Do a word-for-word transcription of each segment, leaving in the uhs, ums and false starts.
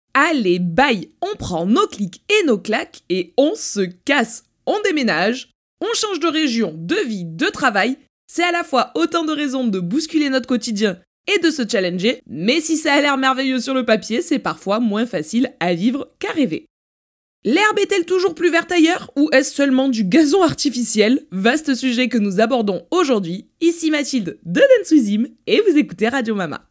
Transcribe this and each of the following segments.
Allez, bye, on prend nos clics et nos claques et on se casse. On déménage, on change de région, de vie, de travail. C'est à la fois autant de raisons de bousculer notre quotidien et de se challenger, mais si ça a l'air merveilleux sur le papier, c'est parfois moins facile à vivre qu'à rêver. L'herbe est-elle toujours plus verte ailleurs ou est-ce seulement du gazon artificiel ? Vaste sujet que nous abordons aujourd'hui. Ici Mathilde de Dance with Him et vous écoutez Radio Mama.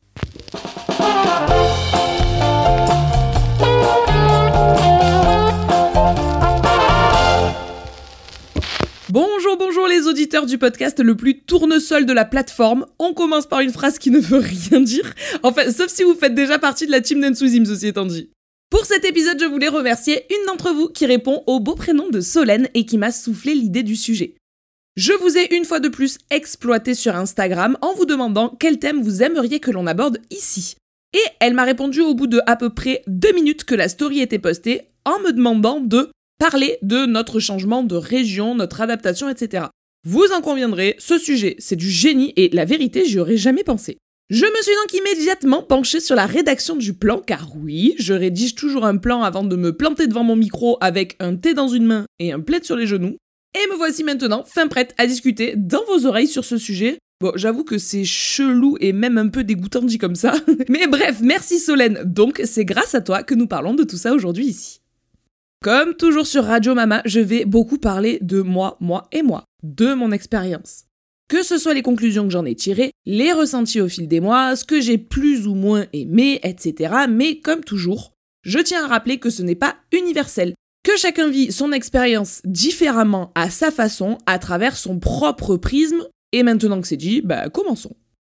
Bonjour, bonjour les auditeurs du podcast le plus tournesol de la plateforme. On commence par une phrase qui ne veut rien dire. Enfin, sauf si vous faites déjà partie de la team Dance with Him, ceci étant dit. Pour cet épisode, je voulais remercier une d'entre vous qui répond au beau prénom de Solène et qui m'a soufflé l'idée du sujet. Je vous ai une fois de plus exploité sur Instagram en vous demandant quel thème vous aimeriez que l'on aborde ici. Et elle m'a répondu au bout de à peu près deux minutes que la story était postée en me demandant de parler de notre changement de région, notre adaptation, et cetera. Vous en conviendrez, ce sujet, c'est du génie et la vérité, j'y aurais jamais pensé. Je me suis donc immédiatement penchée sur la rédaction du plan, car oui, je rédige toujours un plan avant de me planter devant mon micro avec un thé dans une main et un plaid sur les genoux. Et me voici maintenant fin prête à discuter dans vos oreilles sur ce sujet. Bon, j'avoue que c'est chelou et même un peu dégoûtant dit comme ça. Mais bref, merci Solène. Donc, c'est grâce à toi que nous parlons de tout ça aujourd'hui ici. Comme toujours sur Radio Mama, je vais beaucoup parler de moi, moi et moi, de mon expérience. Que ce soit les conclusions que j'en ai tirées, les ressentis au fil des mois, ce que j'ai plus ou moins aimé, et cetera. Mais comme toujours, je tiens à rappeler que ce n'est pas universel, que chacun vit son expérience différemment à sa façon, à travers son propre prisme. Et maintenant que c'est dit, bah commençons.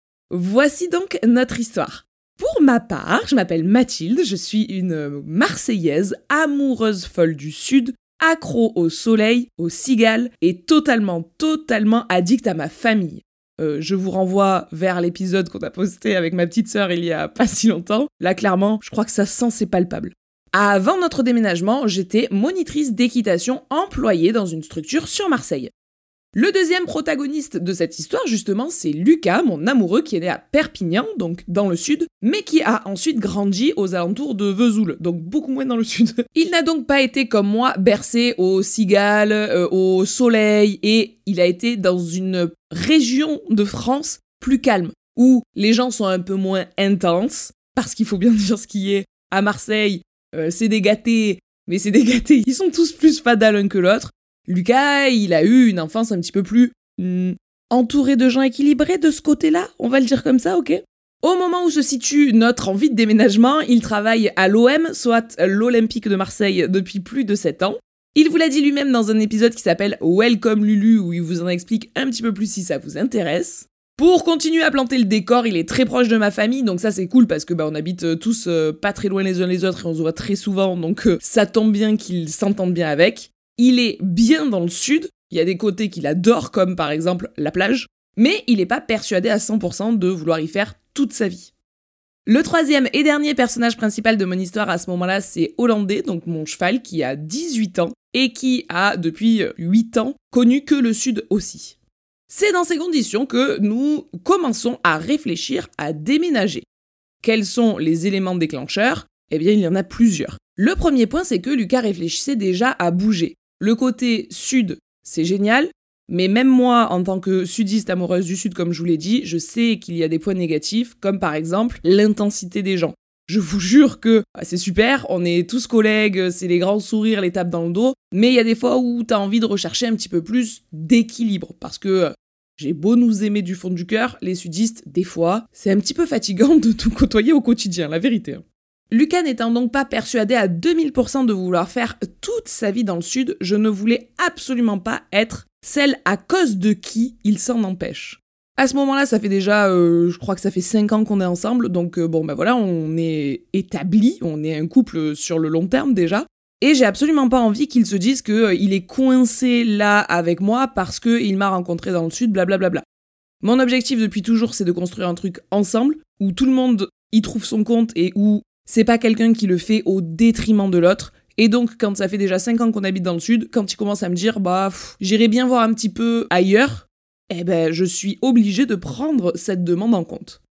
Voici donc notre histoire. Pour ma part, je m'appelle Mathilde, je suis une Marseillaise, amoureuse folle du Sud, accro au soleil, aux cigales et totalement, totalement addict à ma famille. Euh, je vous renvoie vers l'épisode qu'on a posté avec ma petite sœur il y a pas si longtemps. Là, clairement, je crois que ça sent, c'est palpable. Avant notre déménagement, j'étais monitrice d'équitation employée dans une structure sur Marseille. Le deuxième protagoniste de cette histoire, justement, c'est Lucas, mon amoureux qui est né à Perpignan, donc dans le sud, mais qui a ensuite grandi aux alentours de Vesoul, donc beaucoup moins dans le sud. Il n'a donc pas été comme moi bercé aux cigales, euh, au soleil, et il a été dans une région de France plus calme, où les gens sont un peu moins intenses, parce qu'il faut bien dire ce qui est. À Marseille, euh, c'est des gâtés, mais c'est des gâtés, ils sont tous plus fadas l'un que l'autre. Lucas, il a eu une enfance un petit peu plus hmm, entourée de gens équilibrés de ce côté-là, on va le dire comme ça, ok ? Au moment où se situe notre envie de déménagement, il travaille à l'O M, soit l'Olympique de Marseille, depuis plus de sept ans. Il vous l'a dit lui-même dans un épisode qui s'appelle Welcome Lulu, où il vous en explique un petit peu plus si ça vous intéresse. Pour continuer à planter le décor, il est très proche de ma famille, donc ça c'est cool parce que bah on habite tous euh, pas très loin les uns les autres et on se voit très souvent, donc euh, ça tombe bien qu'ils s'entendent bien avec. Il est bien dans le sud, il y a des côtés qu'il adore comme par exemple la plage, mais il n'est pas persuadé à cent pour cent de vouloir y faire toute sa vie. Le troisième et dernier personnage principal de mon histoire à ce moment-là, c'est Hollandais, donc mon cheval qui a dix-huit ans et qui a depuis huit ans connu que le sud aussi. C'est dans ces conditions que nous commençons à réfléchir à déménager. Quels sont les éléments déclencheurs ? Eh bien, il y en a plusieurs. Le premier point, c'est que Lucas réfléchissait déjà à bouger. Le côté sud, c'est génial, mais même moi, en tant que sudiste amoureuse du sud, comme je vous l'ai dit, je sais qu'il y a des points négatifs, comme par exemple l'intensité des gens. Je vous jure que bah, c'est super, on est tous collègues, c'est les grands sourires, les tapes dans le dos, mais il y a des fois où t'as envie de rechercher un petit peu plus d'équilibre, parce que euh, j'ai beau nous aimer du fond du cœur, les sudistes, des fois, c'est un petit peu fatigant de tout côtoyer au quotidien, la vérité. Lucas n'étant donc pas persuadé à deux mille pour cent de vouloir faire toute sa vie dans le sud, je ne voulais absolument pas être celle à cause de qui il s'en empêche. À ce moment-là, ça fait déjà, euh, je crois que ça fait cinq ans qu'on est ensemble, donc euh, bon ben voilà, on est établi, on est un couple sur le long terme déjà, et j'ai absolument pas envie qu'il se dise qu'il euh, est coincé là avec moi parce qu'il m'a rencontré dans le sud, blablabla. Mon objectif depuis toujours, c'est de construire un truc ensemble, où tout le monde y trouve son compte et où c'est pas quelqu'un qui le fait au détriment de l'autre. Et donc, quand ça fait déjà cinq ans qu'on habite dans le sud, quand il commence à me dire « bah, pff, j'irai bien voir un petit peu ailleurs », eh ben, je suis obligée de prendre cette demande en compte.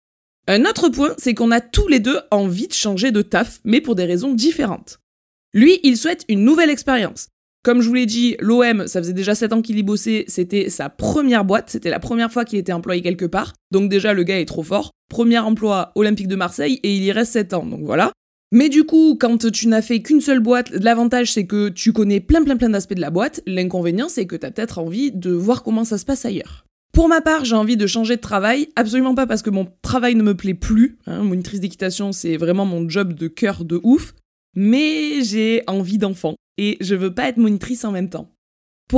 Un autre point, c'est qu'on a tous les deux envie de changer de taf, mais pour des raisons différentes. Lui, il souhaite une nouvelle expérience. Comme je vous l'ai dit, l'O M, ça faisait déjà sept ans qu'il y bossait, c'était sa première boîte, c'était la première fois qu'il était employé quelque part, donc déjà le gars est trop fort. Premier emploi Olympique de Marseille et il y reste sept ans, donc voilà. Mais du coup, quand tu n'as fait qu'une seule boîte, l'avantage c'est que tu connais plein plein plein d'aspects de la boîte, l'inconvénient c'est que t'as peut-être envie de voir comment ça se passe ailleurs. Pour ma part, j'ai envie de changer de travail, absolument pas parce que mon travail ne me plaît plus, hein, monitrice d'équitation c'est vraiment mon job de cœur de ouf, mais j'ai envie d'enfant. Et je veux pas être monitrice en même temps. Pourquoi ?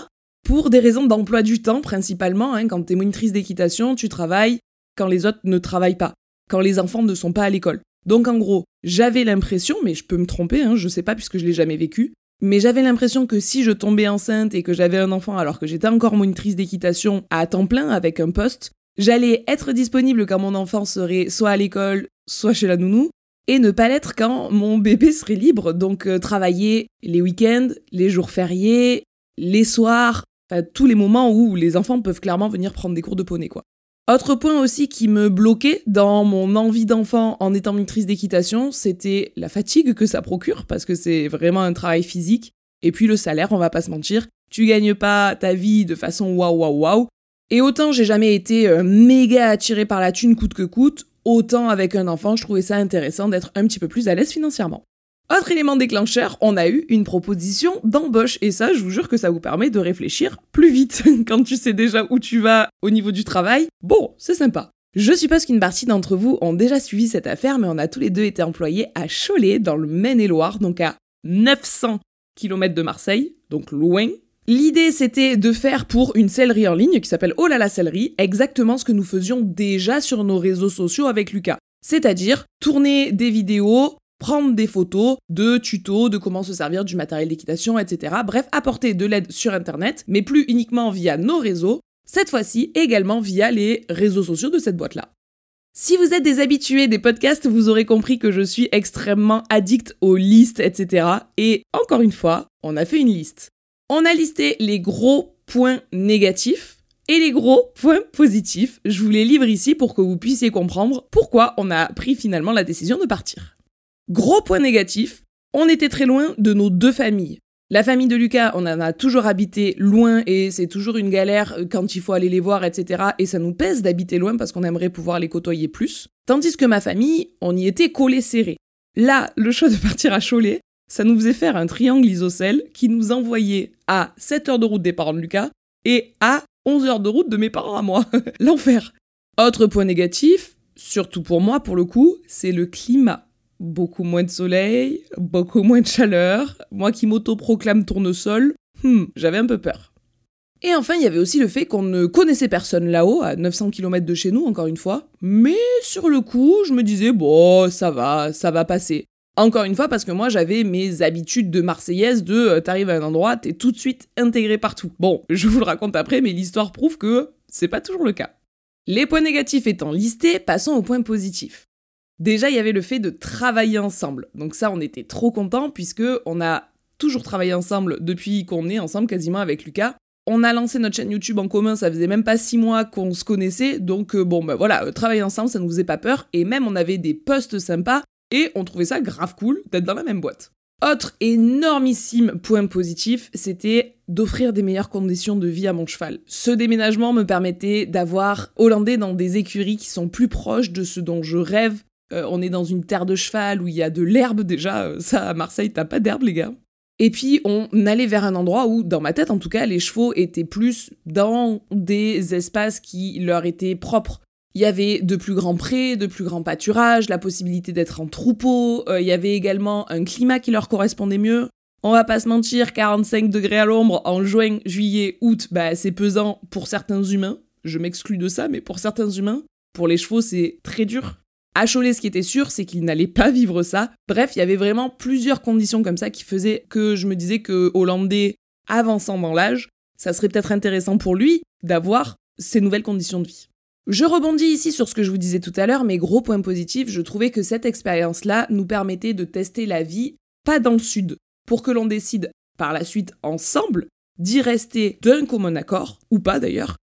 Pour des raisons d'emploi du temps, principalement. Hein, quand t'es monitrice d'équitation, tu travailles quand les autres ne travaillent pas, quand les enfants ne sont pas à l'école. Donc en gros, j'avais l'impression, mais je peux me tromper, hein, je sais pas puisque je l'ai jamais vécu, mais j'avais l'impression que si je tombais enceinte et que j'avais un enfant alors que j'étais encore monitrice d'équitation à temps plein avec un poste, j'allais être disponible quand mon enfant serait soit à l'école, soit chez la nounou, et ne pas l'être quand mon bébé serait libre, donc euh, travailler les week-ends, les jours fériés, les soirs, enfin tous les moments où les enfants peuvent clairement venir prendre des cours de poney, quoi. Autre point aussi qui me bloquait dans mon envie d'enfant en étant monitrice d'équitation, c'était la fatigue que ça procure, parce que c'est vraiment un travail physique, et puis le salaire, on va pas se mentir, tu gagnes pas ta vie de façon waouh waouh waouh, et autant j'ai jamais été euh, méga attirée par la thune coûte que coûte, autant avec un enfant, je trouvais ça intéressant d'être un petit peu plus à l'aise financièrement. Autre élément déclencheur, on a eu une proposition d'embauche, et ça, je vous jure que ça vous permet de réfléchir plus vite. Quand tu sais déjà où tu vas au niveau du travail, bon, c'est sympa. Je suppose qu'une partie d'entre vous ont déjà suivi cette affaire, mais on a tous les deux été employés à Cholet, dans le Maine-et-Loire, donc à neuf cents kilomètres de Marseille, donc loin. L'idée, c'était de faire pour une sellerie en ligne qui s'appelle Oh là la sellerie, exactement ce que nous faisions déjà sur nos réseaux sociaux avec Lucas. C'est-à-dire tourner des vidéos, prendre des photos de tutos, de comment se servir du matériel d'équitation, et cetera. Bref, apporter de l'aide sur Internet, mais plus uniquement via nos réseaux, cette fois-ci également via les réseaux sociaux de cette boîte-là. Si vous êtes des habitués des podcasts, vous aurez compris que je suis extrêmement addict aux listes, et cetera. Et encore une fois, on a fait une liste. On a listé les gros points négatifs et les gros points positifs. Je vous les livre ici pour que vous puissiez comprendre pourquoi on a pris finalement la décision de partir. Gros point négatif, on était très loin de nos deux familles. La famille de Lucas, on en a toujours habité loin et c'est toujours une galère quand il faut aller les voir, et cetera. Et ça nous pèse d'habiter loin parce qu'on aimerait pouvoir les côtoyer plus. Tandis que ma famille, on y était collés serrés. Là, le choix de partir à Cholet, ça nous faisait faire un triangle isocèle qui nous envoyait à sept heures de route des parents de Lucas et à onze heures de route de mes parents à moi. L'enfer. Autre point négatif, surtout pour moi pour le coup, c'est le climat. Beaucoup moins de soleil, beaucoup moins de chaleur. Moi qui m'auto-proclame tournesol, hmm, j'avais un peu peur. Et enfin, il y avait aussi le fait qu'on ne connaissait personne là-haut, à neuf cents kilomètres de chez nous, encore une fois. Mais sur le coup, je me disais, bon, ça va, ça va passer. Encore une fois, parce que moi, j'avais mes habitudes de Marseillaise de euh, t'arrives à un endroit, t'es tout de suite intégré partout. Bon, je vous le raconte après, mais l'histoire prouve que c'est pas toujours le cas. Les points négatifs étant listés, passons aux points positifs. Déjà, il y avait le fait de travailler ensemble. Donc ça, on était trop contents, puisque on a toujours travaillé ensemble depuis qu'on est ensemble quasiment avec Lucas. On a lancé notre chaîne YouTube en commun, ça faisait même pas six mois qu'on se connaissait, donc euh, bon, ben voilà, euh, travailler ensemble, ça nous faisait pas peur, et même on avait des posts sympas, et on trouvait ça grave cool d'être dans la même boîte. Autre énormissime point positif, c'était d'offrir des meilleures conditions de vie à mon cheval. Ce déménagement me permettait d'avoir Hollandais dans des écuries qui sont plus proches de ce dont je rêve. Euh, on est dans une terre de cheval où il y a de l'herbe déjà, euh, ça à Marseille t'as pas d'herbe les gars. Et puis on allait vers un endroit où, dans ma tête en tout cas, les chevaux étaient plus dans des espaces qui leur étaient propres. Il y avait de plus grands prés, de plus grands pâturages, la possibilité d'être en troupeau, euh, il y avait également un climat qui leur correspondait mieux. On va pas se mentir, quarante-cinq degrés à l'ombre en juin, juillet, août, bah c'est pesant pour certains humains. Je m'exclus de ça, mais pour certains humains, pour les chevaux c'est très dur. À Cholet, ce qui était sûr, c'est qu'ils n'allaient pas vivre ça. Bref, il y avait vraiment plusieurs conditions comme ça qui faisaient que je me disais que Hollandais, avançant dans l'âge, ça serait peut-être intéressant pour lui d'avoir ces nouvelles conditions de vie. Je rebondis ici sur ce que je vous disais tout à l'heure, mais gros point positif, je trouvais que cette expérience-là nous permettait de tester la vie, pas dans le sud, pour que l'on décide par la suite ensemble d'y rester d'un commun accord, ou pas d'ailleurs,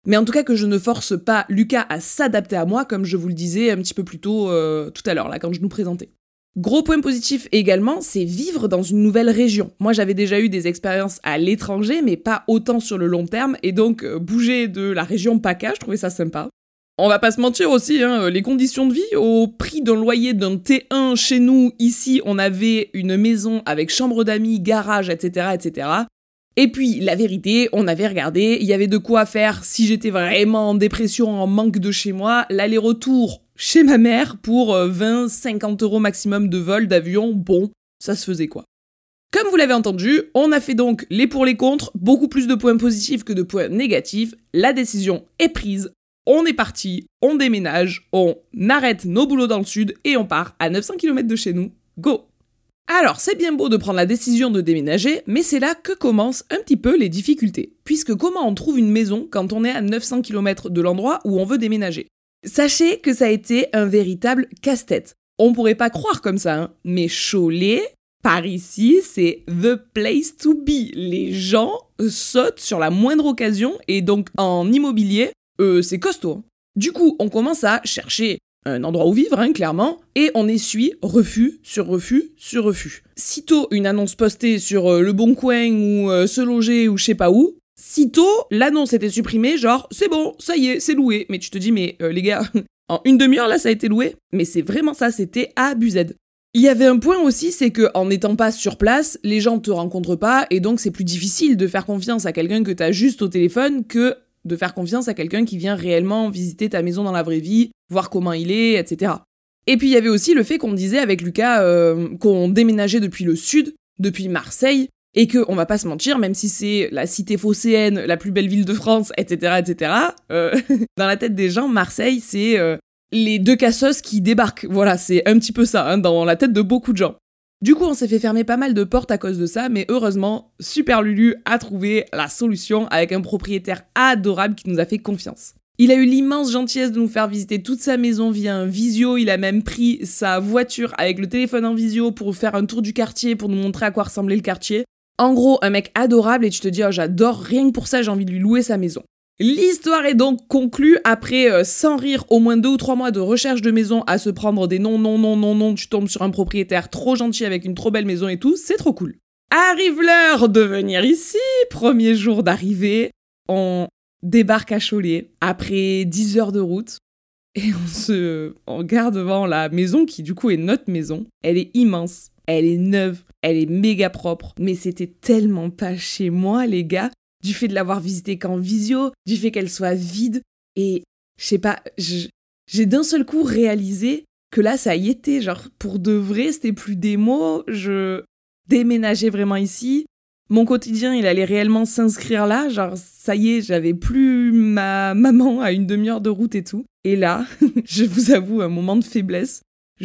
mais en tout cas que je ne force pas Lucas à s'adapter à moi, comme je vous le disais un petit peu plus tôt euh, tout à l'heure, là, quand je nous présentais. Gros point positif également, c'est vivre dans une nouvelle région. Moi, j'avais déjà eu des expériences à l'étranger, mais pas autant sur le long terme, et donc euh, bouger de la région PACA, je trouvais ça sympa. On va pas se mentir aussi, hein, les conditions de vie, au prix d'un loyer d'un T un chez nous, ici, on avait une maison avec chambre d'amis, garage, et cetera, et cetera. Et puis, la vérité, on avait regardé, il y avait de quoi faire si j'étais vraiment en dépression, en manque de chez moi, l'aller-retour chez ma mère pour vingt à cinquante euros maximum de vol, d'avion, bon, ça se faisait quoi. Comme vous l'avez entendu, on a fait donc les pour les contre, beaucoup plus de points positifs que de points négatifs, la décision est prise, on est parti, on déménage, on arrête nos boulots dans le sud et on part à neuf cents kilomètres de chez nous, go! Alors, c'est bien beau de prendre la décision de déménager, mais c'est là que commencent un petit peu les difficultés. Puisque comment on trouve une maison quand on est à neuf cents kilomètres de l'endroit où on veut déménager ? Sachez que ça a été un véritable casse-tête. On pourrait pas croire comme ça, hein, mais Cholet, par ici, c'est the place to be. Les gens sautent sur la moindre occasion, et donc en immobilier, euh, c'est costaud. Du coup, on commence à chercher un endroit où vivre, hein, clairement, et on essuie refus sur refus sur refus. Sitôt une annonce postée sur euh, Le Bon Coin ou euh, Se Loger ou je sais pas où, sitôt l'annonce était supprimée, genre c'est bon, ça y est, c'est loué. Mais tu te dis, mais euh, les gars, en une demi-heure là ça a été loué. Mais c'est vraiment ça, c'était abusé. Il y avait un point aussi, c'est que en n'étant pas sur place, les gens te rencontrent pas, et donc c'est plus difficile de faire confiance à quelqu'un que t'as juste au téléphone que de faire confiance à quelqu'un qui vient réellement visiter ta maison dans la vraie vie, voir comment il est, et cetera. Et puis il y avait aussi le fait qu'on disait avec Lucas euh, qu'on déménageait depuis le sud, depuis Marseille, et qu'on va pas se mentir, même si c'est la cité phocéenne, la plus belle ville de France, et cetera, et cetera, euh, dans la tête des gens, Marseille, c'est euh, les deux cassos qui débarquent. Voilà, c'est un petit peu ça, hein, dans la tête de beaucoup de gens. Du coup, on s'est fait fermer pas mal de portes à cause de ça, mais heureusement, Super Lulu a trouvé la solution avec un propriétaire adorable qui nous a fait confiance. Il a eu l'immense gentillesse de nous faire visiter toute sa maison via un visio, il a même pris sa voiture avec le téléphone en visio pour faire un tour du quartier, pour nous montrer à quoi ressemblait le quartier. En gros, un mec adorable et tu te dis, oh j'adore, rien que pour ça j'ai envie de lui louer sa maison. L'histoire est donc conclue après, euh, sans rire, au moins deux ou trois mois de recherche de maison à se prendre des non, non, non, non, non, tu tombes sur un propriétaire trop gentil avec une trop belle maison et tout, c'est trop cool. Arrive l'heure de venir ici, premier jour d'arrivée, on débarque à Cholet après dix heures de route et on se on regarde devant la maison qui du coup est notre maison. Elle est immense, elle est neuve, elle est méga propre, mais c'était tellement pas chez moi les gars. Du fait de l'avoir visitée qu'en visio, du fait qu'elle soit vide, et je sais pas, je, j'ai d'un seul coup réalisé que là, ça y était, genre, pour de vrai, c'était plus des mots, je déménageais vraiment ici, mon quotidien, il allait réellement s'inscrire là, genre, ça y est, j'avais plus ma maman à une demi-heure de route et tout, et là, je vous avoue, un moment de faiblesse,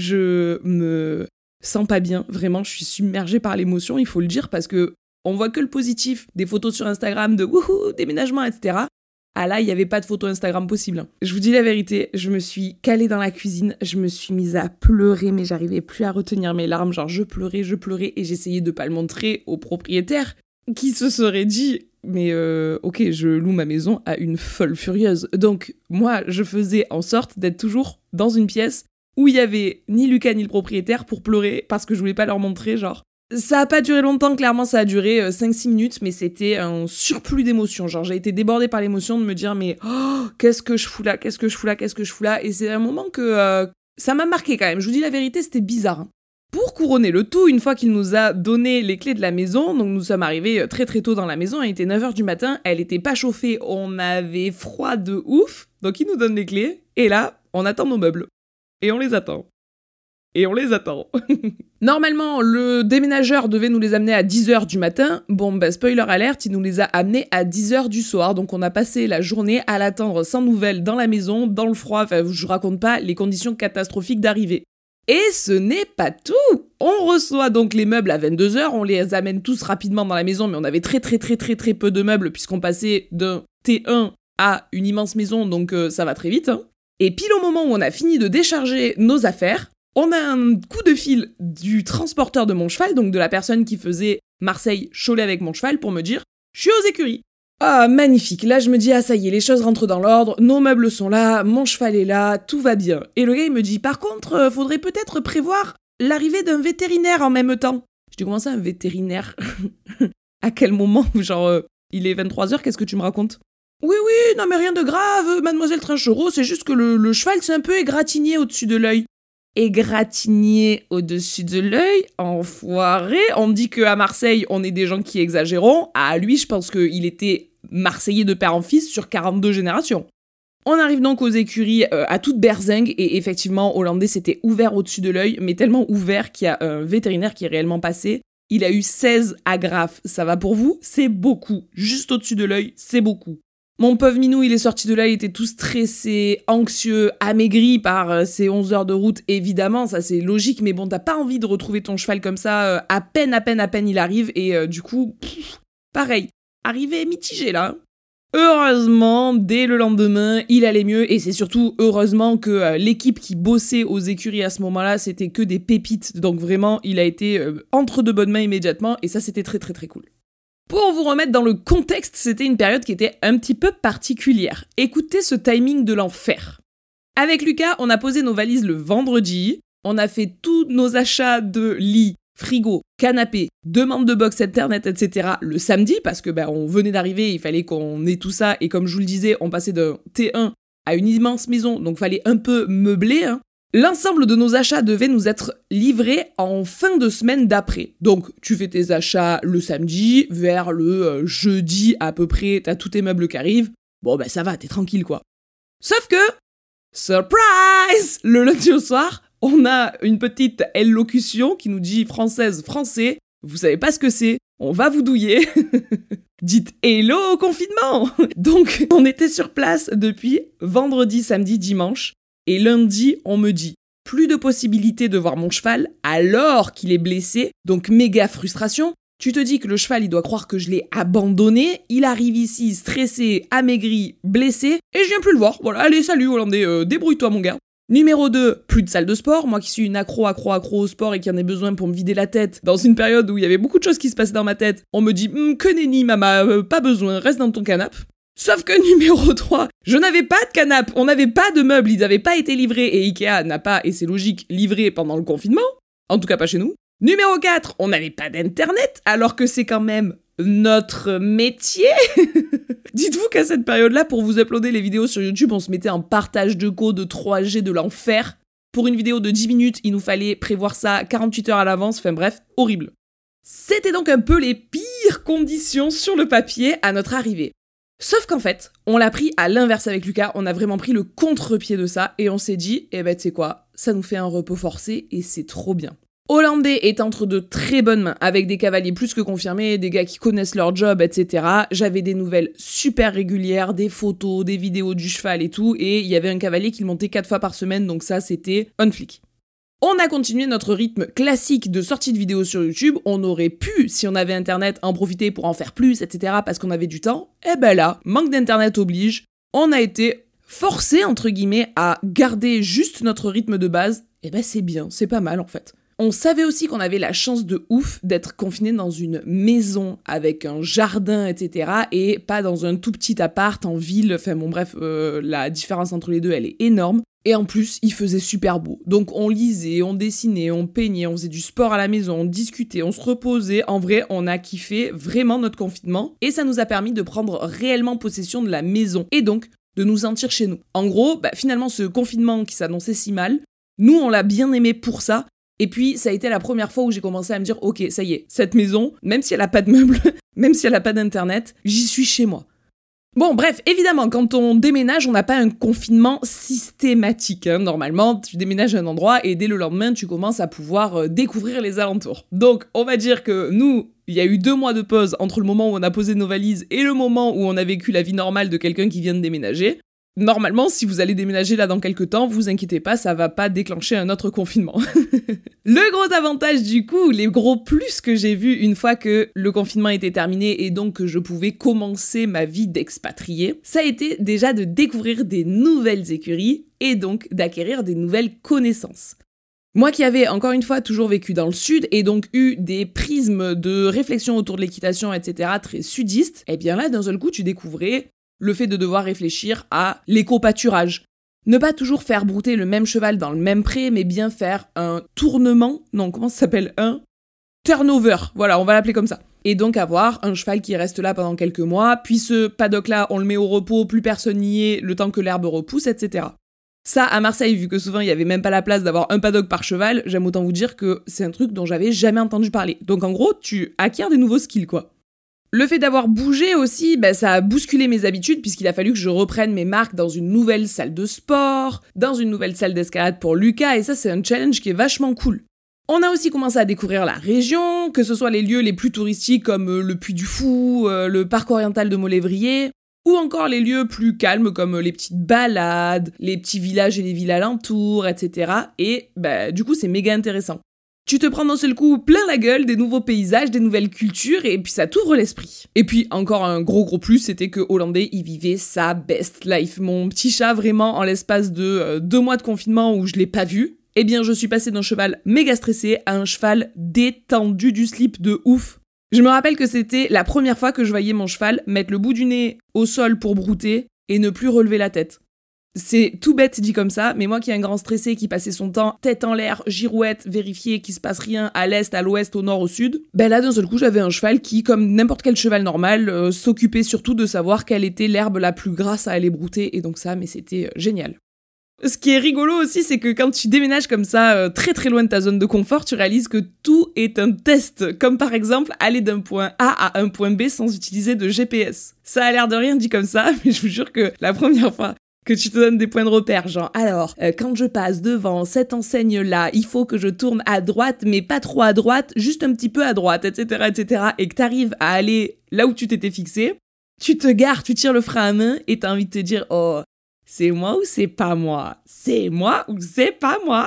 je me sens pas bien, vraiment, je suis submergée par l'émotion, il faut le dire, parce que on voit que le positif, des photos sur Instagram de wouhou, déménagement, et cetera. Ah là, il n'y avait pas de photo Instagram possible. Je vous dis la vérité, je me suis calée dans la cuisine, je me suis mise à pleurer, mais j'arrivais plus à retenir mes larmes. Genre, je pleurais, je pleurais, et j'essayais de pas le montrer au propriétaire, qui se serait dit, mais euh, ok, je loue ma maison à une folle furieuse. Donc, moi, je faisais en sorte d'être toujours dans une pièce où il y avait ni Lucas ni le propriétaire pour pleurer, parce que je voulais pas leur montrer, genre... Ça a pas duré longtemps, clairement, ça a duré cinq six minutes, mais c'était un surplus d'émotions. Genre, j'ai été débordée par l'émotion de me dire, mais oh, qu'est-ce que je fous là, qu'est-ce que je fous là, qu'est-ce que je fous là. Et c'est un moment que euh, ça m'a marqué quand même. Je vous dis la vérité, c'était bizarre. Pour couronner le tout, une fois qu'il nous a donné les clés de la maison, donc nous sommes arrivés très très tôt dans la maison, il était neuf heures du matin, elle était pas chauffée, on avait froid de ouf, donc il nous donne les clés, et là, on attend nos meubles. Et on les attend. Et on les attend. Normalement, le déménageur devait nous les amener à dix heures du matin. Bon, bah, spoiler alerte, il nous les a amenés à dix heures du soir. Donc, on a passé la journée à l'attendre sans nouvelles dans la maison, dans le froid. Enfin, je vous raconte pas les conditions catastrophiques d'arrivée. Et ce n'est pas tout. On reçoit donc les meubles à vingt-deux heures. On les amène tous rapidement dans la maison, mais on avait très, très, très, très, très peu de meubles puisqu'on passait d'un T un à une immense maison. Donc, euh, ça va très vite. Hein. Et pile au moment où on a fini de décharger nos affaires, on a un coup de fil du transporteur de mon cheval, donc de la personne qui faisait Marseille-Cholet avec mon cheval, pour me dire « Je suis aux écuries ». Ah, magnifique. Là, je me dis, ah, ça y est, les choses rentrent dans l'ordre, nos meubles sont là, mon cheval est là, tout va bien. Et le gars, il me dit, par contre, euh, faudrait peut-être prévoir l'arrivée d'un vétérinaire en même temps. Je dis, comment ça, un vétérinaire? À quel moment? Genre, euh, il est vingt-trois heures, qu'est-ce que tu me racontes? Oui, oui, non mais rien de grave, mademoiselle Trinchereau, c'est juste que le, le cheval s'est un peu égratigné au-dessus de l'œil. Égratigné au-dessus de l'œil, enfoiré. On me dit qu'à Marseille, on est des gens qui exagérons. À lui, je pense qu'il était marseillais de père en fils sur quarante-deux générations. On arrive donc aux écuries euh, à toute berzingue, et effectivement, Hollandais s'était ouvert au-dessus de l'œil, mais tellement ouvert qu'il y a un vétérinaire qui est réellement passé. Il a eu seize agrafes. Ça va pour vous? C'est beaucoup. Juste au-dessus de l'œil, c'est beaucoup. Mon pauvre minou, il est sorti de là, il était tout stressé, anxieux, amaigri par euh, ces onze heures de route, évidemment, ça c'est logique, mais bon, t'as pas envie de retrouver ton cheval comme ça, euh, à peine, à peine, à peine il arrive, et euh, du coup, pff, pareil, arrivé mitigé là. Heureusement, dès le lendemain, il allait mieux, et c'est surtout heureusement que euh, l'équipe qui bossait aux écuries à ce moment-là, c'était que des pépites, donc vraiment, il a été euh, entre de bonnes mains immédiatement, et ça c'était très très très cool. Pour vous remettre dans le contexte, c'était une période qui était un petit peu particulière. Écoutez ce timing de l'enfer. Avec Lucas, on a posé nos valises le vendredi, on a fait tous nos achats de lit, frigo, canapé, demande de box internet, et cetera le samedi, parce que ben, on venait d'arriver, il fallait qu'on ait tout ça, et comme je vous le disais, on passait d'un T un à une immense maison, donc fallait un peu meubler, hein. L'ensemble de nos achats devait nous être livré en fin de semaine d'après. Donc, tu fais tes achats le samedi, vers le euh, jeudi à peu près, t'as tous tes meubles qui arrivent. Bon, ben ça va, t'es tranquille, quoi. Sauf que, surprise! Le lundi au soir, on a une petite allocution qui nous dit française, français, vous savez pas ce que c'est, on va vous douiller. Dites hello au confinement! Donc, on était sur place depuis vendredi, samedi, dimanche. Et lundi, on me dit, plus de possibilité de voir mon cheval alors qu'il est blessé, donc méga frustration. Tu te dis que le cheval, il doit croire que je l'ai abandonné, il arrive ici stressé, amaigri, blessé, et je viens plus le voir. Voilà, allez, salut Hollandais, euh, débrouille-toi mon gars. Numéro deux, plus de salle de sport. Moi qui suis une accro, accro, accro au sport et qui en ai besoin pour me vider la tête, dans une période où il y avait beaucoup de choses qui se passaient dans ma tête, on me dit hm, « Que nenni, maman, euh, pas besoin, reste dans ton canapé ». Sauf que numéro trois, je n'avais pas de canapé, on n'avait pas de meubles, ils n'avaient pas été livrés et Ikea n'a pas, et c'est logique, livré pendant le confinement. En tout cas pas chez nous. Numéro quatre, on n'avait pas d'internet, alors que c'est quand même notre métier. Dites-vous qu'à cette période-là, pour vous uploader les vidéos sur YouTube, on se mettait en partage de code de trois G de l'enfer. Pour une vidéo de dix minutes, il nous fallait prévoir ça quarante-huit heures à l'avance, enfin bref, horrible. C'était donc un peu les pires conditions sur le papier à notre arrivée. Sauf qu'en fait, on l'a pris à l'inverse avec Lucas, on a vraiment pris le contre-pied de ça et on s'est dit, eh ben tu sais quoi, ça nous fait un repos forcé et c'est trop bien. Hollandais est entre de très bonnes mains, avec des cavaliers plus que confirmés, des gars qui connaissent leur job, et cetera. J'avais des nouvelles super régulières, des photos, des vidéos du cheval et tout, et il y avait un cavalier qui le montait quatre fois par semaine, donc ça c'était on flic. On a continué notre rythme classique de sortie de vidéos sur YouTube, on aurait pu, si on avait internet, en profiter pour en faire plus, et cetera, parce qu'on avait du temps. Et ben là, manque d'internet oblige, on a été forcé, entre guillemets, à garder juste notre rythme de base. Et ben c'est bien, c'est pas mal en fait. On savait aussi qu'on avait la chance de ouf d'être confiné dans une maison avec un jardin, et cetera, et pas dans un tout petit appart en ville. Enfin bon bref, euh, la différence entre les deux, elle est énorme. Et en plus, il faisait super beau. Donc on lisait, on dessinait, on peignait, on faisait du sport à la maison, on discutait, on se reposait. En vrai, on a kiffé vraiment notre confinement. Et ça nous a permis de prendre réellement possession de la maison. Et donc, de nous sentir chez nous. En gros, bah, finalement, ce confinement qui s'annonçait si mal, nous, on l'a bien aimé pour ça. Et puis, ça a été la première fois où j'ai commencé à me dire « Ok, ça y est, cette maison, même si elle a pas de meubles, même si elle a pas d'internet, j'y suis chez moi. » Bon, bref, évidemment, quand on déménage, on n'a pas un confinement systématique. Hein. Normalement, tu déménages à un endroit et dès le lendemain, tu commences à pouvoir euh, découvrir les alentours. Donc, on va dire que nous, il y a eu deux mois de pause entre le moment où on a posé nos valises et le moment où on a vécu la vie normale de quelqu'un qui vient de déménager. Normalement, si vous allez déménager là dans quelques temps, vous inquiétez pas, ça va pas déclencher un autre confinement. Le gros avantage du coup, les gros plus que j'ai vus une fois que le confinement était terminé et donc que je pouvais commencer ma vie d'expatrié, ça a été déjà de découvrir des nouvelles écuries et donc d'acquérir des nouvelles connaissances. Moi qui avais, encore une fois, toujours vécu dans le sud et donc eu des prismes de réflexion autour de l'équitation, et cetera très sudistes, eh bien là, d'un seul coup, tu découvrais le fait de devoir réfléchir à l'éco-pâturage. Ne pas toujours faire brouter le même cheval dans le même pré, mais bien faire un tournement, non, comment ça s'appelle, un turnover, voilà, on va l'appeler comme ça. Et donc avoir un cheval qui reste là pendant quelques mois, puis ce paddock-là, on le met au repos, plus personne n'y est, le temps que l'herbe repousse, et cetera. Ça, à Marseille, vu que souvent il y avait même pas la place d'avoir un paddock par cheval, j'aime autant vous dire que c'est un truc dont j'avais jamais entendu parler. Donc en gros, tu acquiers des nouveaux skills, quoi. Le fait d'avoir bougé aussi, bah, ça a bousculé mes habitudes puisqu'il a fallu que je reprenne mes marques dans une nouvelle salle de sport, dans une nouvelle salle d'escalade pour Lucas, et ça c'est un challenge qui est vachement cool. On a aussi commencé à découvrir la région, que ce soit les lieux les plus touristiques comme euh, le Puy du Fou, euh, le parc oriental de Molévrier, ou encore les lieux plus calmes comme euh, les petites balades, les petits villages et les villes alentours, et cetera. Et bah, du coup c'est méga intéressant. Tu te prends d'un seul coup plein la gueule des nouveaux paysages, des nouvelles cultures, et puis ça t'ouvre l'esprit. Et puis encore un gros gros plus, c'était que Hollandais, il vivait sa best life. Mon petit chat, vraiment, en l'espace de euh, deux mois de confinement où je l'ai pas vu, eh bien je suis passée d'un cheval méga stressé à un cheval détendu du slip de ouf. Je me rappelle que c'était la première fois que je voyais mon cheval mettre le bout du nez au sol pour brouter et ne plus relever la tête. C'est tout bête dit comme ça, mais moi qui ai un grand stressé qui passait son temps tête en l'air, girouette, vérifier qu'il se passe rien à l'est, à l'ouest, au nord, au sud, ben là d'un seul coup j'avais un cheval qui, comme n'importe quel cheval normal, euh, s'occupait surtout de savoir quelle était l'herbe la plus grasse à aller brouter, et donc ça, mais c'était euh, génial. Ce qui est rigolo aussi, c'est que quand tu déménages comme ça, euh, très très loin de ta zone de confort, tu réalises que tout est un test, comme par exemple aller d'un point A à un point B sans utiliser de G P S. Ça a l'air de rien dit comme ça, mais je vous jure que la première fois que tu te donnes des points de repère, genre, alors, euh, quand je passe devant cette enseigne-là, il faut que je tourne à droite, mais pas trop à droite, juste un petit peu à droite, et cetera, et cetera, et que t'arrives à aller là où tu t'étais fixé, tu te gares, tu tires le frein à main, et t'as envie de te dire, oh, c'est moi ou c'est pas moi? C'est moi ou c'est pas moi?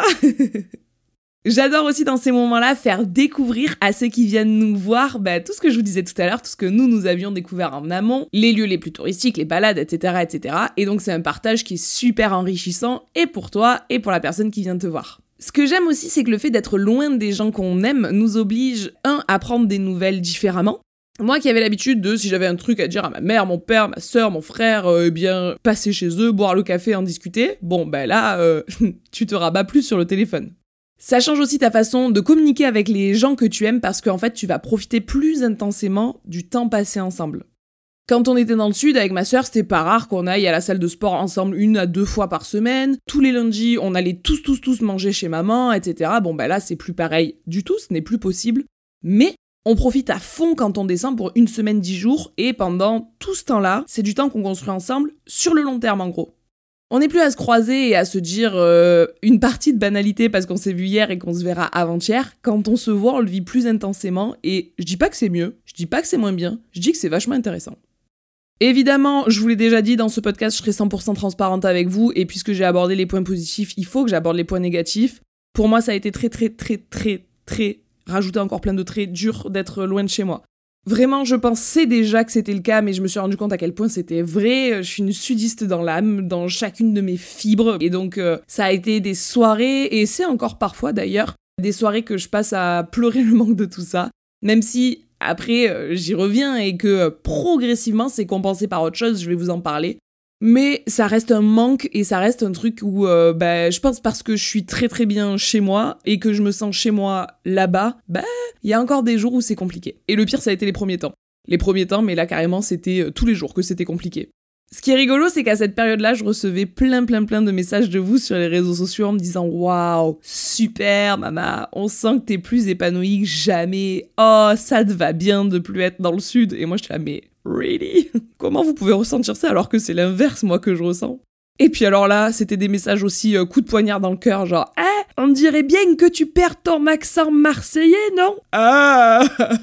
J'adore aussi dans ces moments-là faire découvrir à ceux qui viennent nous voir bah, tout ce que je vous disais tout à l'heure, tout ce que nous, nous avions découvert en amont, les lieux les plus touristiques, les balades, et cetera, et cetera. Et donc c'est un partage qui est super enrichissant et pour toi et pour la personne qui vient te voir. Ce que j'aime aussi, c'est que le fait d'être loin des gens qu'on aime nous oblige, un, à prendre des nouvelles différemment. Moi qui avais l'habitude de, si j'avais un truc à dire à ma mère, mon père, ma sœur, mon frère, euh, eh bien, passer chez eux, boire le café, en discuter, bon ben là, euh, tu te rabats plus sur le téléphone. Ça change aussi ta façon de communiquer avec les gens que tu aimes parce qu'en fait, tu vas profiter plus intensément du temps passé ensemble. Quand on était dans le sud avec ma sœur, c'était pas rare qu'on aille à la salle de sport ensemble une à deux fois par semaine. Tous les lundis, on allait tous, tous, tous manger chez maman, et cetera. Bon, bah là, c'est plus pareil du tout, ce n'est plus possible. Mais on profite à fond quand on descend pour une semaine, dix jours. Et pendant tout ce temps-là, c'est du temps qu'on construit ensemble sur le long terme, en gros. On n'est plus à se croiser et à se dire euh, une partie de banalité parce qu'on s'est vu hier et qu'on se verra avant-hier. Quand on se voit, on le vit plus intensément et je dis pas que c'est mieux, je dis pas que c'est moins bien, je dis que c'est vachement intéressant. Évidemment, je vous l'ai déjà dit, dans ce podcast, je serai cent pour cent transparente avec vous et puisque j'ai abordé les points positifs, il faut que j'aborde les points négatifs. Pour moi, ça a été très très très très très, rajouter encore plein de traits, dur d'être loin de chez moi. Vraiment, je pensais déjà que c'était le cas, mais je me suis rendu compte à quel point c'était vrai. Je suis une sudiste dans l'âme, dans chacune de mes fibres. Et donc, euh, ça a été des soirées, et c'est encore parfois d'ailleurs, des soirées que je passe à pleurer le manque de tout ça. Même si, après, euh, j'y reviens et que euh, progressivement, c'est compensé par autre chose, je vais vous en parler. Mais ça reste un manque et ça reste un truc où, euh, bah, je pense parce que je suis très très bien chez moi et que je me sens chez moi là-bas, bah, il y a encore des jours où c'est compliqué. Et le pire, ça a été les premiers temps. Les premiers temps, mais là carrément, c'était euh, tous les jours que c'était compliqué. Ce qui est rigolo, c'est qu'à cette période-là, je recevais plein plein plein de messages de vous sur les réseaux sociaux en me disant « Waouh, super maman, on sent que t'es plus épanouie que jamais. Oh, ça te va bien de plus être dans le sud. » Et moi, je suis là « Mais really? Comment vous pouvez ressentir ça alors que c'est l'inverse, moi, que je ressens ?» Et puis alors là, c'était des messages aussi euh, coup de poignard dans le cœur, genre « Ah, on dirait bien que tu perds ton accent marseillais, non ?»« Ah,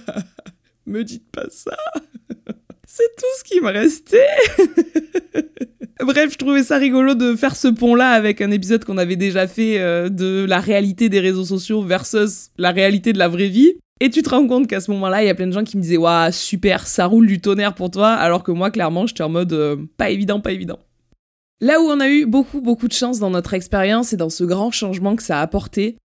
me dites pas ça. C'est tout ce qui me restait. » Bref, je trouvais ça rigolo de faire ce pont-là avec un épisode qu'on avait déjà fait euh, de la réalité des réseaux sociaux versus la réalité de la vraie vie. Et tu te rends compte qu'à ce moment-là, il y a plein de gens qui me disaient « Waouh, super, ça roule du tonnerre pour toi », alors que moi, clairement, j'étais en mode euh, « pas évident, pas évident ». Là où on a eu beaucoup, beaucoup de chance dans notre expérience et dans ce grand changement que ça a apporté,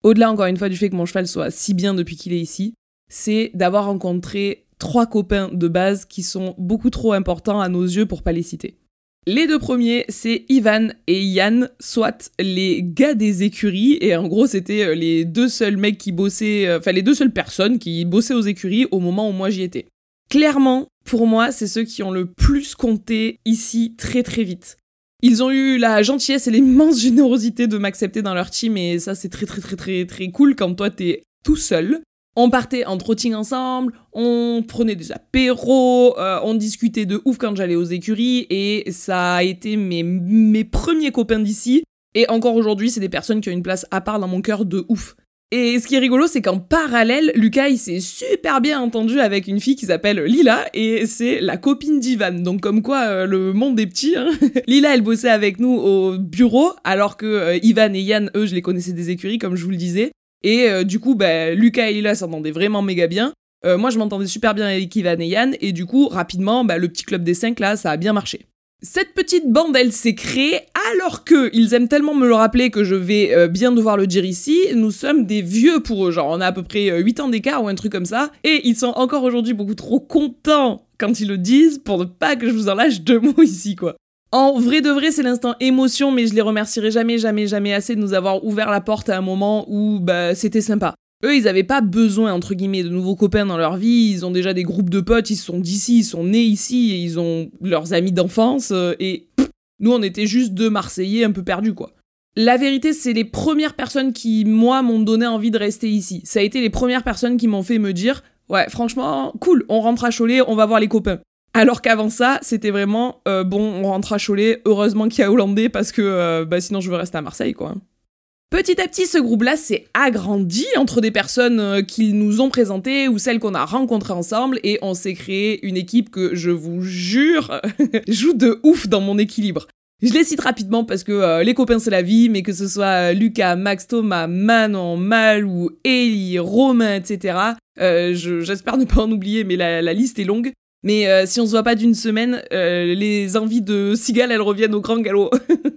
au-delà encore une fois du fait que mon cheval soit si bien depuis qu'il est ici, c'est d'avoir rencontré trois copains de base qui sont beaucoup trop importants à nos yeux pour pas les citer. Les deux premiers, c'est Ivan et Yann, soit les gars des écuries, et en gros c'était les deux seuls mecs qui bossaient, enfin les deux seules personnes qui bossaient aux écuries au moment où moi j'y étais. Clairement, pour moi, c'est ceux qui ont le plus compté ici très très vite. Ils ont eu la gentillesse et l'immense générosité de m'accepter dans leur team, et ça c'est très très très très très cool quand toi t'es tout seul. On partait en trotting ensemble, on prenait des apéros, euh, on discutait de ouf quand j'allais aux écuries, et ça a été mes, mes premiers copains d'ici, et encore aujourd'hui, c'est des personnes qui ont une place à part dans mon cœur de ouf. Et ce qui est rigolo, c'est qu'en parallèle, Lucas, il s'est super bien entendu avec une fille qui s'appelle Lila, et c'est la copine d'Ivan, donc comme quoi euh, le monde est petit, hein. Lila, elle bossait avec nous au bureau, alors que euh, Ivan et Yann, eux, je les connaissais des écuries, comme je vous le disais. Et euh, du coup, bah, Lucas et Lila s'entendaient vraiment méga bien. Euh, moi, je m'entendais super bien avec Ivan et Yann. Et du coup, rapidement, bah, le petit club des cinq, là, ça a bien marché. Cette petite bande, elle s'est créée alors que ils aiment tellement me le rappeler que je vais euh, bien devoir le dire ici. Nous sommes des vieux pour eux. Genre, on a à peu près euh, huit ans d'écart ou un truc comme ça. Et ils sont encore aujourd'hui beaucoup trop contents quand ils le disent pour ne pas que je vous en lâche deux mots ici, quoi. En vrai de vrai, c'est l'instant émotion, mais je les remercierai jamais, jamais, jamais assez de nous avoir ouvert la porte à un moment où bah, c'était sympa. Eux, ils avaient pas besoin, entre guillemets, de nouveaux copains dans leur vie, ils ont déjà des groupes de potes, ils sont d'ici, ils sont nés ici, et ils ont leurs amis d'enfance, euh, et pff, nous, on était juste deux Marseillais un peu perdus, quoi. La vérité, c'est les premières personnes qui, moi, m'ont donné envie de rester ici. Ça a été les premières personnes qui m'ont fait me dire « Ouais, franchement, cool, on rentre à Cholet, on va voir les copains ». Alors qu'avant ça, c'était vraiment, euh, bon, on rentre à Cholet, heureusement qu'il y a Hollandais, parce que euh, bah, sinon je veux rester à Marseille, quoi. Petit à petit, ce groupe-là s'est agrandi entre des personnes euh, qu'ils nous ont présentées ou celles qu'on a rencontrées ensemble, et on s'est créé une équipe que, je vous jure, joue de ouf dans mon équilibre. Je les cite rapidement parce que euh, les copains c'est la vie, mais que ce soit Lucas, Max, Thomas, Manon, Malou, Ellie, Romain, et cetera. Euh, je, j'espère ne pas en oublier, mais la, la liste est longue. Mais euh, si on se voit pas d'une semaine, euh, les envies de cigale, elles reviennent au grand galop.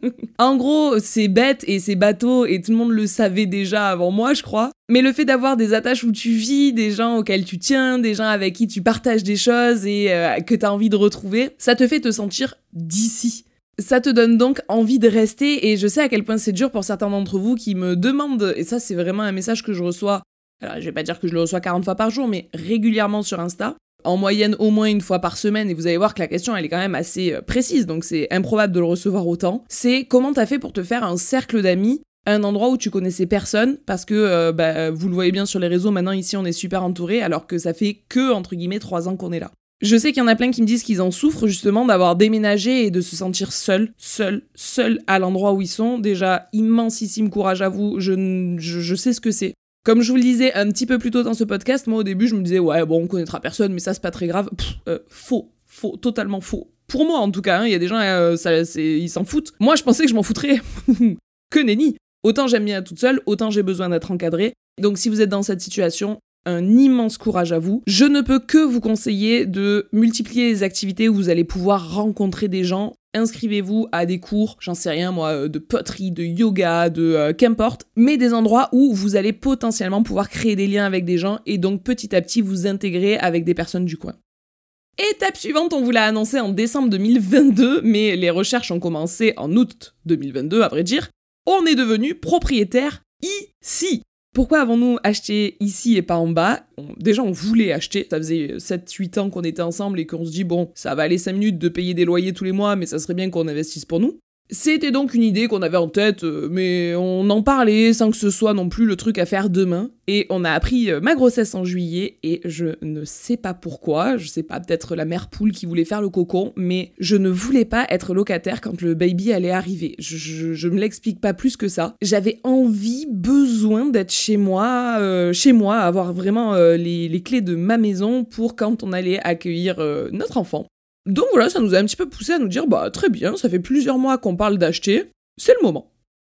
En gros, c'est bête et c'est bateau et tout le monde le savait déjà avant moi, je crois. Mais le fait d'avoir des attaches où tu vis, des gens auxquels tu tiens, des gens avec qui tu partages des choses et euh, que t'as envie de retrouver, ça te fait te sentir d'ici. Ça te donne donc envie de rester, et je sais à quel point c'est dur pour certains d'entre vous qui me demandent, et ça c'est vraiment un message que je reçois, alors je vais pas dire que je le reçois quarante fois par jour, mais régulièrement sur Insta, en moyenne au moins une fois par semaine, et vous allez voir que la question elle est quand même assez précise, donc c'est improbable de le recevoir autant, c'est comment t'as fait pour te faire un cercle d'amis à un endroit où tu connaissais personne, parce que euh, bah, vous le voyez bien sur les réseaux, maintenant ici on est super entouré, alors que ça fait que, entre guillemets, trois ans qu'on est là. Je sais qu'il y en a plein qui me disent qu'ils en souffrent justement d'avoir déménagé et de se sentir seul, seul, seul à l'endroit où ils sont. Déjà, immensissime courage à vous, je, je, je sais ce que c'est. Comme je vous le disais un petit peu plus tôt dans ce podcast, moi au début je me disais ouais bon on connaîtra personne mais ça c'est pas très grave. Pff, euh, faux, faux, totalement faux. Pour moi en tout cas, il hein, y a des gens euh, ça, c'est, ils s'en foutent. Moi je pensais que je m'en foutrais. Que nenni. Autant j'aime bien être toute seule, autant j'ai besoin d'être encadrée. Donc si vous êtes dans cette situation, un immense courage à vous. Je ne peux que vous conseiller de multiplier les activités où vous allez pouvoir rencontrer des gens. Inscrivez-vous à des cours, j'en sais rien moi, de poterie, de yoga, de euh, qu'importe, mais des endroits où vous allez potentiellement pouvoir créer des liens avec des gens et donc petit à petit vous intégrer avec des personnes du coin. Étape suivante, on vous l'a annoncé en décembre deux mille vingt-deux, mais les recherches ont commencé en août deux mille vingt-deux, à vrai dire. On est devenu propriétaire ici. Pourquoi avons-nous acheté ici et pas en bas ? on, Déjà, on voulait acheter. Ça faisait sept huit ans qu'on était ensemble et qu'on se dit, bon, ça va aller cinq minutes de payer des loyers tous les mois, mais ça serait bien qu'on investisse pour nous. C'était donc une idée qu'on avait en tête, mais on en parlait sans que ce soit non plus le truc à faire demain. Et on a appris ma grossesse en juillet, et je ne sais pas pourquoi, je sais pas, peut-être la mère poule qui voulait faire le cocon, mais je ne voulais pas être locataire quand le baby allait arriver. Je, je, je me l'explique pas plus que ça. J'avais envie, besoin d'être chez moi, euh, chez moi, avoir vraiment euh, les, les clés de ma maison pour quand on allait accueillir euh, notre enfant. Donc voilà, ça nous a un petit peu poussé à nous dire, bah très bien, ça fait plusieurs mois qu'on parle d'acheter, c'est le moment.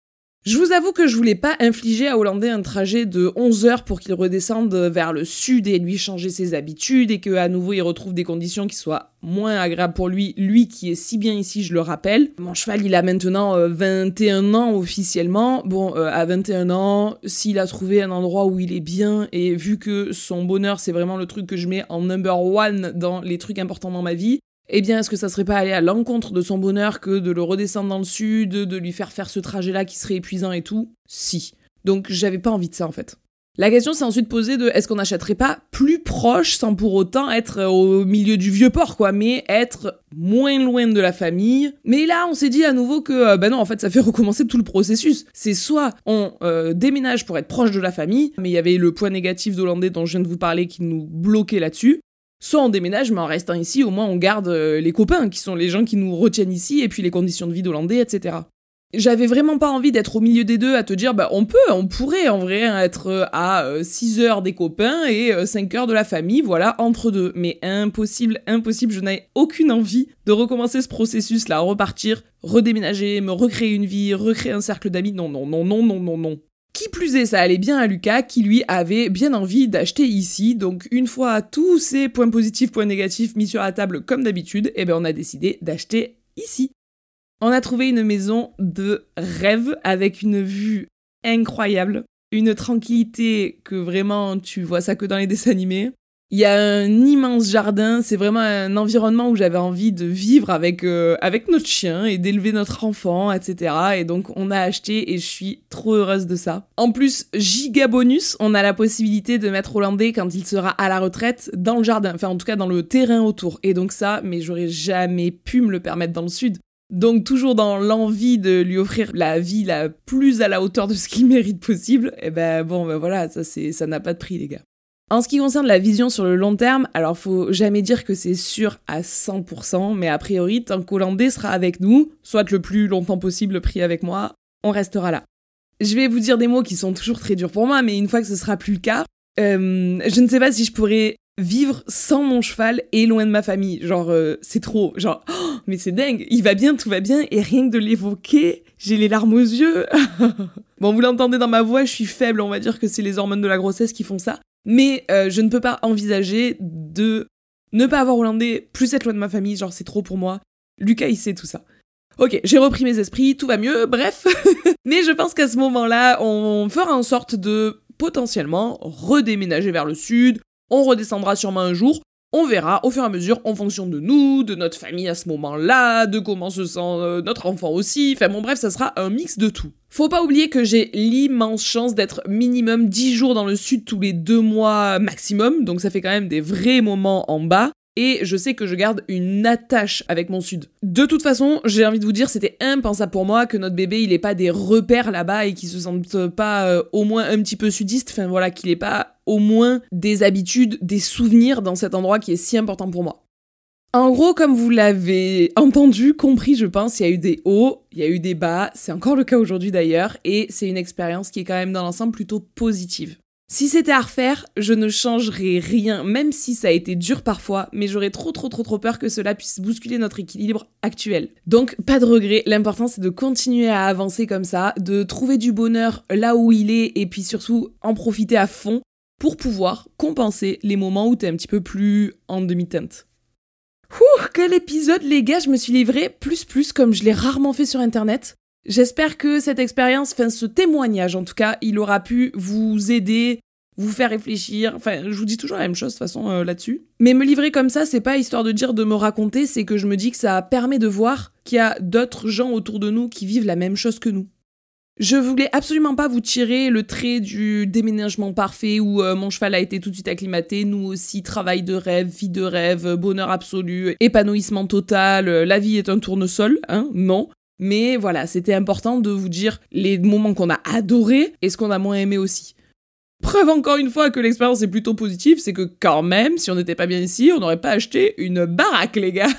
Je vous avoue que je voulais pas infliger à Hollandais un trajet de onze heures pour qu'il redescende vers le sud et lui changer ses habitudes et qu'à nouveau il retrouve des conditions qui soient moins agréables pour lui, lui qui est si bien ici, je le rappelle. Mon cheval, il a maintenant euh, vingt et un ans officiellement. Bon, euh, à vingt et un ans, s'il a trouvé un endroit où il est bien et vu que son bonheur, c'est vraiment le truc que je mets en number one dans les trucs importants dans ma vie, eh bien, est-ce que ça serait pas aller à l'encontre de son bonheur que de le redescendre dans le sud, de lui faire faire ce trajet-là qui serait épuisant et tout ? Si. Donc, j'avais pas envie de ça, en fait. La question s'est ensuite posée de est-ce qu'on n'achèterait pas plus proche sans pour autant être au milieu du vieux port, quoi, mais être moins loin de la famille. Mais là, on s'est dit à nouveau que, euh, bah non, en fait, ça fait recommencer tout le processus. C'est soit on euh, déménage pour être proche de la famille, mais il y avait le point négatif d'Hollandais dont je viens de vous parler qui nous bloquait là-dessus. Soit on déménage, mais en restant ici, au moins on garde euh, les copains, qui sont les gens qui nous retiennent ici, et puis les conditions de vie d'Hollandais, et cetera. J'avais vraiment pas envie d'être au milieu des deux, à te dire, bah on peut, on pourrait en vrai être à euh, six heures des copains et euh, cinq heures de la famille, voilà, entre deux. Mais impossible, impossible, je n'avais aucune envie de recommencer ce processus-là, repartir, redéménager, me recréer une vie, recréer un cercle d'amis, non, non, non, non, non, non, non. Qui plus est, ça allait bien à Lucas, qui lui avait bien envie d'acheter ici, donc une fois tous ces points positifs, points négatifs mis sur la table comme d'habitude, eh ben on a décidé d'acheter ici. On a trouvé une maison de rêve, avec une vue incroyable, une tranquillité que vraiment tu vois ça que dans les dessins animés. Il y a un immense jardin, c'est vraiment un environnement où j'avais envie de vivre avec, euh, avec notre chien et d'élever notre enfant, et cetera. Et donc on a acheté et je suis trop heureuse de ça. En plus, giga bonus, on a la possibilité de mettre Hollandais quand il sera à la retraite dans le jardin, enfin en tout cas dans le terrain autour. Et donc ça, mais j'aurais jamais pu me le permettre dans le sud. Donc toujours dans l'envie de lui offrir la vie la plus à la hauteur de ce qu'il mérite possible, et ben bon, ben voilà, ça, c'est, ça n'a pas de prix les gars. En ce qui concerne la vision sur le long terme, alors faut jamais dire que c'est sûr à cent pour cent, mais a priori, tant qu'Hollandais sera avec nous, soit le plus longtemps possible pris avec moi, on restera là. Je vais vous dire des mots qui sont toujours très durs pour moi, mais une fois que ce sera plus le cas, euh, je ne sais pas si je pourrais vivre sans mon cheval et loin de ma famille. Genre, euh, c'est trop, genre, oh, mais c'est dingue, il va bien, tout va bien, et rien que de l'évoquer, j'ai les larmes aux yeux. Bon, vous l'entendez dans ma voix, je suis faible, on va dire que c'est les hormones de la grossesse qui font ça. Mais euh, je ne peux pas envisager de ne pas avoir Hollandais, plus être loin de ma famille, genre c'est trop pour moi. Lucas, il sait tout ça. Ok, j'ai repris mes esprits, tout va mieux, bref. Mais je pense qu'à ce moment-là, on fera en sorte de potentiellement redéménager vers le sud, on redescendra sûrement un jour, on verra au fur et à mesure en fonction de nous, de notre famille à ce moment-là, de comment se sent euh, notre enfant aussi, enfin bon bref, ça sera un mix de tout. Faut pas oublier que j'ai l'immense chance d'être minimum dix jours dans le sud tous les deux mois maximum, donc ça fait quand même des vrais moments en bas, et je sais que je garde une attache avec mon sud. De toute façon, j'ai envie de vous dire, c'était impensable pour moi que notre bébé, il ait pas des repères là-bas et qu'il se sente pas euh, au moins un petit peu sudiste, enfin voilà, qu'il ait pas au moins des habitudes, des souvenirs dans cet endroit qui est si important pour moi. En gros, comme vous l'avez entendu, compris, je pense, il y a eu des hauts, il y a eu des bas, c'est encore le cas aujourd'hui d'ailleurs, et c'est une expérience qui est quand même dans l'ensemble plutôt positive. Si c'était à refaire, je ne changerais rien, même si ça a été dur parfois, mais j'aurais trop trop trop trop peur que cela puisse bousculer notre équilibre actuel. Donc pas de regret, l'important c'est de continuer à avancer comme ça, de trouver du bonheur là où il est, et puis surtout en profiter à fond pour pouvoir compenser les moments où t'es un petit peu plus en demi-teinte. Ouh, quel épisode les gars, je me suis livrée plus plus comme je l'ai rarement fait sur internet. J'espère que cette expérience, enfin ce témoignage en tout cas, il aura pu vous aider, vous faire réfléchir, enfin je vous dis toujours la même chose de toute façon euh, là-dessus. Mais me livrer comme ça, c'est pas histoire de dire de me raconter, c'est que je me dis que ça permet de voir qu'il y a d'autres gens autour de nous qui vivent la même chose que nous. Je voulais absolument pas vous tirer le trait du déménagement parfait où euh, mon cheval a été tout de suite acclimaté, nous aussi, travail de rêve, vie de rêve, bonheur absolu, épanouissement total, euh, la vie est un tournesol, hein, non. Mais voilà, c'était important de vous dire les moments qu'on a adorés et ce qu'on a moins aimé aussi. Preuve encore une fois que l'expérience est plutôt positive, c'est que quand même, si on n'était pas bien ici, on n'aurait pas acheté une baraque, les gars.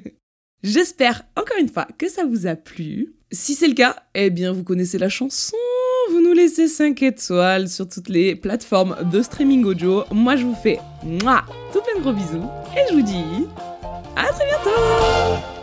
J'espère, encore une fois, que ça vous a plu. Si c'est le cas, eh bien, vous connaissez la chanson. Vous nous laissez cinq étoiles sur toutes les plateformes de streaming audio. Moi, je vous fais mouah, tout plein de gros bisous. Et je vous dis à très bientôt.